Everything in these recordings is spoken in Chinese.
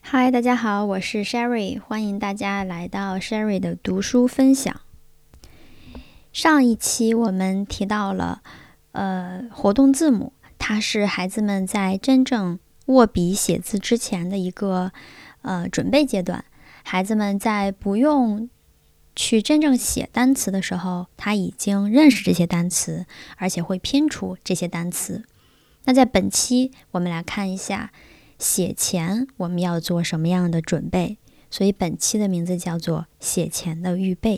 嗨，大家好，我是 Sherry， 欢迎大家来到 Sherry 的读书分享。上一期我们提到了活动字母，它是孩子们在真正握笔写字之前的一个准备阶段。孩子们在不用去真正写单词的时候，他已经认识这些单词，而且会拼出这些单词。那在本期我们来看一下写前我们要做什么样的准备，所以本期的名字叫做写前的预备。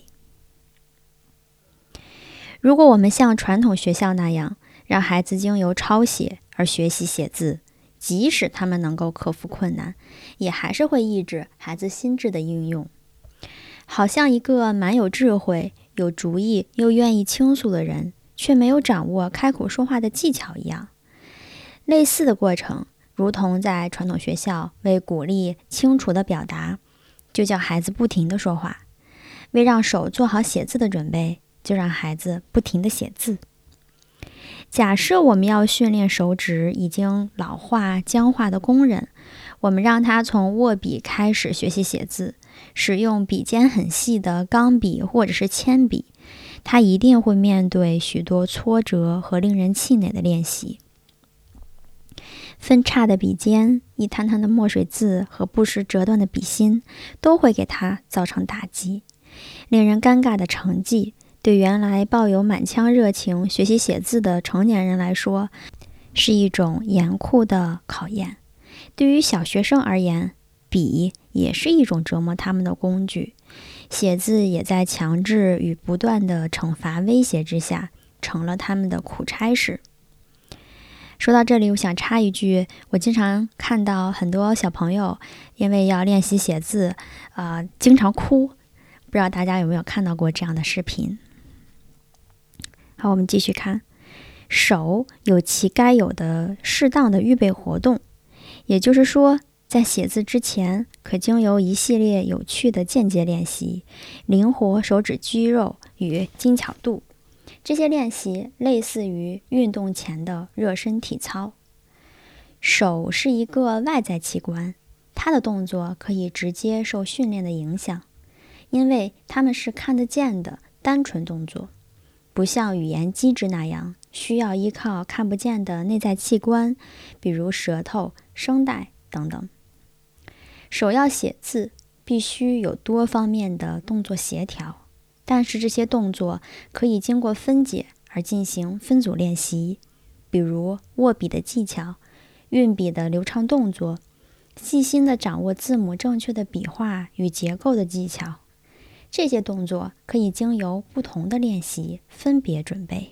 如果我们像传统学校那样让孩子经由抄写而学习写字，即使他们能够克服困难，也还是会抑制孩子心智的应用。好像一个蛮有智慧、有主意又愿意倾诉的人，却没有掌握开口说话的技巧一样。类似的过程如同在传统学校，为鼓励清楚的表达，就叫孩子不停地说话；为让手做好写字的准备，就让孩子不停地写字。假设我们要训练手指已经老化、僵化的工人，我们让他从握笔开始学习写字，使用笔尖很细的钢笔或者是铅笔，他一定会面对许多挫折和令人气馁的练习。分叉的笔尖、一滩滩的墨水字和不时折断的笔芯，都会给他造成打击。令人尴尬的成绩，对原来抱有满腔热情学习写字的成年人来说，是一种严酷的考验。对于小学生而言，笔也是一种折磨他们的工具。写字也在强制与不断的惩罚威胁之下，成了他们的苦差事。说到这里，我想插一句，我经常看到很多小朋友因为要练习写字，经常哭。不知道大家有没有看到过这样的视频？好，我们继续看。手有其该有的适当的预备活动，也就是说，在写字之前，可经由一系列有趣的间接练习，灵活手指肌肉与精巧度。这些练习类似于运动前的热身体操。手是一个外在器官，它的动作可以直接受训练的影响，因为它们是看得见的单纯动作，不像语言机制那样需要依靠看不见的内在器官，比如舌头、声带等等。手要写字，必须有多方面的动作协调，但是这些动作可以经过分解而进行分组练习，比如握笔的技巧、运笔的流畅动作、细心地掌握字母正确的笔画与结构的技巧。这些动作可以经由不同的练习分别准备。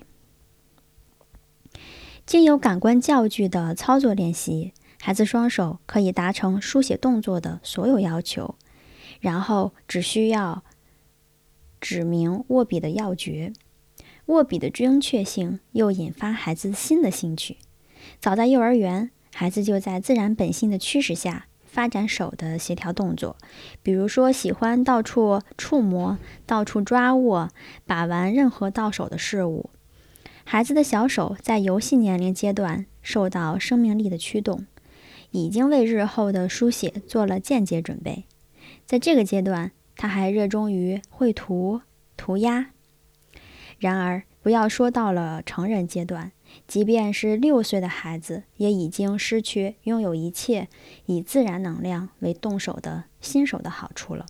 经由感官教具的操作练习，孩子双手可以达成书写动作的所有要求，然后只需要指明握笔的要诀。握笔的精确性又引发孩子新的兴趣。早在幼儿园，孩子就在自然本性的驱使下发展手的协调动作，比如说喜欢到处触摸、到处抓握、把玩任何到手的事物。孩子的小手在游戏年龄阶段受到生命力的驱动，已经为日后的书写做了间接准备。在这个阶段，他还热衷于绘图、涂鸦。然而，不要说到了成人阶段，即便是6岁的孩子，也已经失去拥有一切以自然能量为动手的新手的好处了。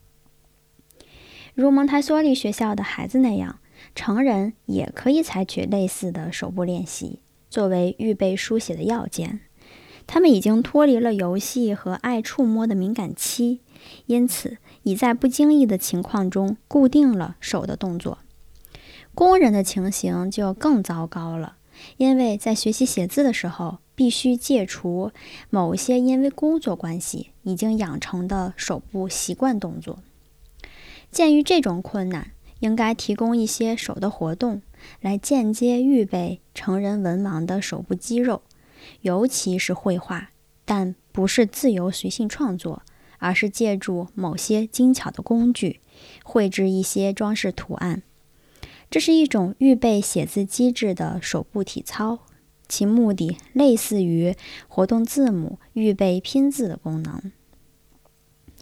如蒙台梭利学校的孩子那样，成人也可以采取类似的手部练习，作为预备书写的要件。他们已经脱离了游戏和爱触摸的敏感期，因此已在不经意的情况中固定了手的动作。工人的情形就更糟糕了，因为在学习写字的时候，必须戒除某些因为工作关系已经养成的手部习惯动作。鉴于这种困难，应该提供一些手的活动，来间接预备成人文盲的手部肌肉，尤其是绘画，但不是自由随性创作，而是借助某些精巧的工具，绘制一些装饰图案。这是一种预备写字机制的手部体操，其目的类似于活动字母预备拼字的功能。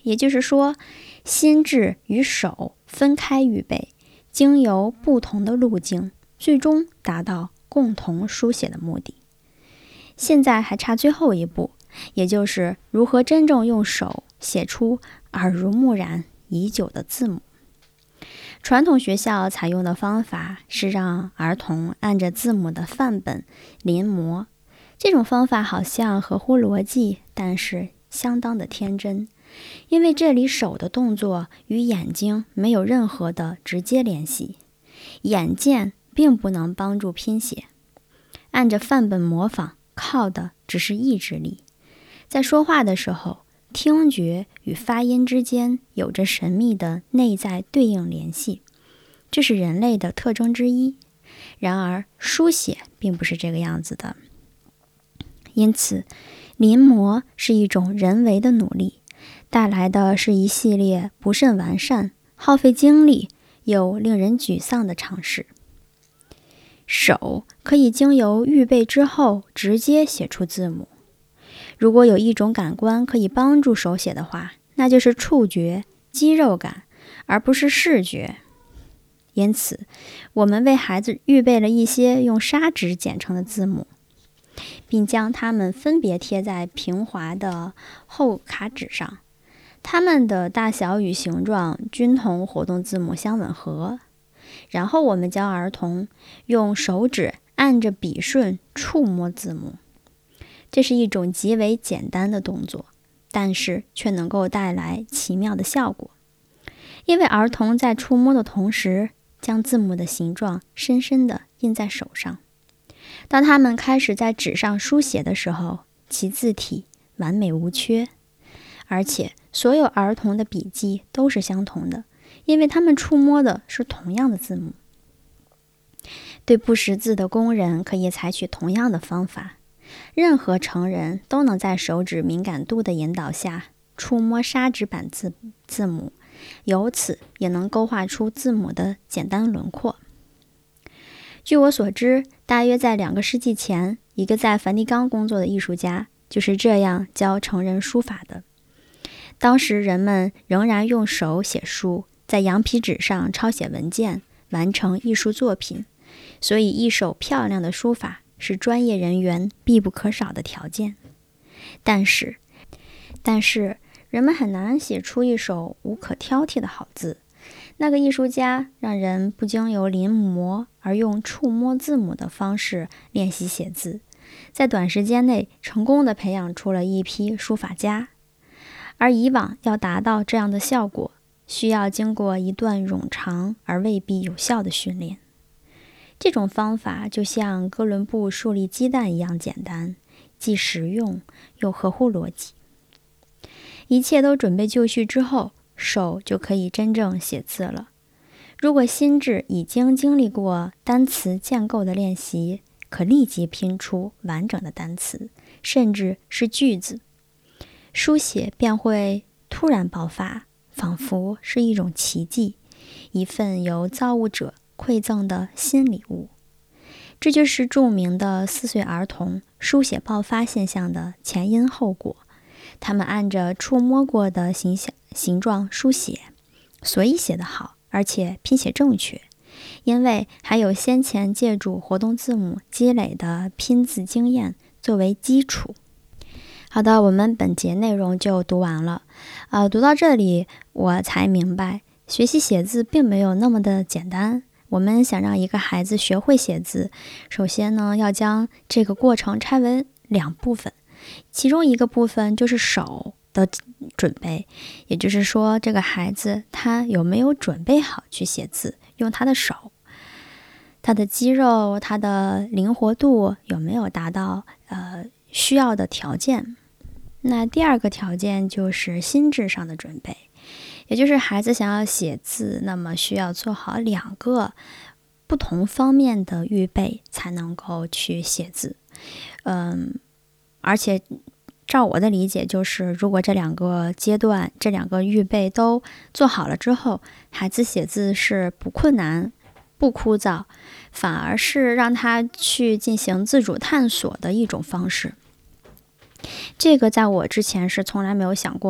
也就是说，心智与手分开预备，经由不同的路径，最终达到共同书写的目的。现在还差最后一步，也就是如何真正用手写出耳濡目染已久的字母。传统学校采用的方法是让儿童按着字母的范本临摹，这种方法好像合乎逻辑，但是相当的天真，因为这里手的动作与眼睛没有任何的直接联系，眼见并不能帮助拼写，按着范本模仿靠的只是意志力。在说话的时候，听觉与发音之间有着神秘的内在对应联系，这是人类的特征之一。然而，书写并不是这个样子的。因此，临摹是一种人为的努力，带来的是一系列不甚完善、耗费精力又令人沮丧的尝试。手可以经由预备之后直接写出字母。如果有一种感官可以帮助手写的话，那就是触觉、肌肉感，而不是视觉。因此，我们为孩子预备了一些用砂纸剪成的字母，并将它们分别贴在平滑的厚卡纸上。它们的大小与形状均同活动字母相吻合。然后我们教儿童用手指按着笔顺触摸字母。这是一种极为简单的动作，但是却能够带来奇妙的效果。因为儿童在触摸的同时，将字母的形状深深地印在手上。当他们开始在纸上书写的时候，其字体完美无缺，而且所有儿童的笔迹都是相同的，因为他们触摸的是同样的字母。对不识字的工人可以采取同样的方法。任何成人都能在手指敏感度的引导下触摸砂纸板字母，由此也能勾画出字母的简单轮廓。据我所知，大约在2个世纪前，一个在梵蒂冈工作的艺术家就是这样教成人书法的。当时人们仍然用手写书，在羊皮纸上抄写文件，完成艺术作品，所以一手漂亮的书法是专业人员必不可少的条件。但是人们很难写出一手无可挑剔的好字。那个艺术家让人不经由临摹，而用触摸字母的方式练习写字，在短时间内成功地培养出了一批书法家。而以往要达到这样的效果，需要经过一段冗长而未必有效的训练。这种方法就像哥伦布树立鸡蛋一样简单，既实用又合乎逻辑。一切都准备就绪之后，手就可以真正写字了。如果心智已经经历过单词建构的练习，可立即拼出完整的单词，甚至是句子。书写便会突然爆发，仿佛是一种奇迹，一份由造物者馈赠的新礼物。这就是著名的4岁儿童书写爆发现象的前因后果。他们按着触摸过的形状书写，所以写得好，而且拼写正确，因为还有先前借助活动字母积累的拼字经验作为基础。好的，我们本节内容就读完了。读到这里，我才明白，学习写字并没有那么的简单。我们想让一个孩子学会写字，首先呢，要将这个过程拆为2部分，其中一个部分就是手的准备，也就是说，这个孩子他有没有准备好去写字，用他的手，他的肌肉，他的灵活度有没有达到需要的条件。那第2个条件就是心智上的准备，也就是孩子想要写字，那么需要做好2个不同方面的预备，才能够去写字。而且照我的理解，就是如果这2个阶段，这2个预备都做好了之后，孩子写字是不困难、不枯燥，反而是让他去进行自主探索的一种方式。这个在我之前是从来没有想过的，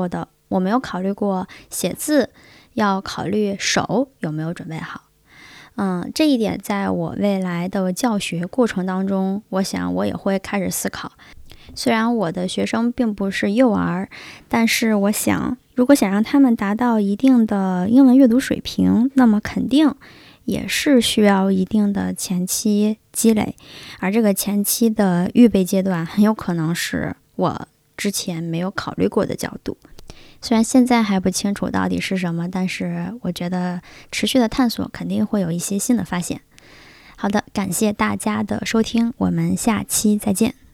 我没有考虑过写字要考虑手有没有准备好。这一点在我未来的教学过程当中，我想我也会开始思考。虽然我的学生并不是幼儿，但是我想，如果想让他们达到一定的英文阅读水平，那么肯定也是需要一定的前期积累，而这个前期的预备阶段很有可能是我之前没有考虑过的角度。虽然现在还不清楚到底是什么，但是我觉得持续的探索肯定会有一些新的发现。好的，感谢大家的收听，我们下期再见。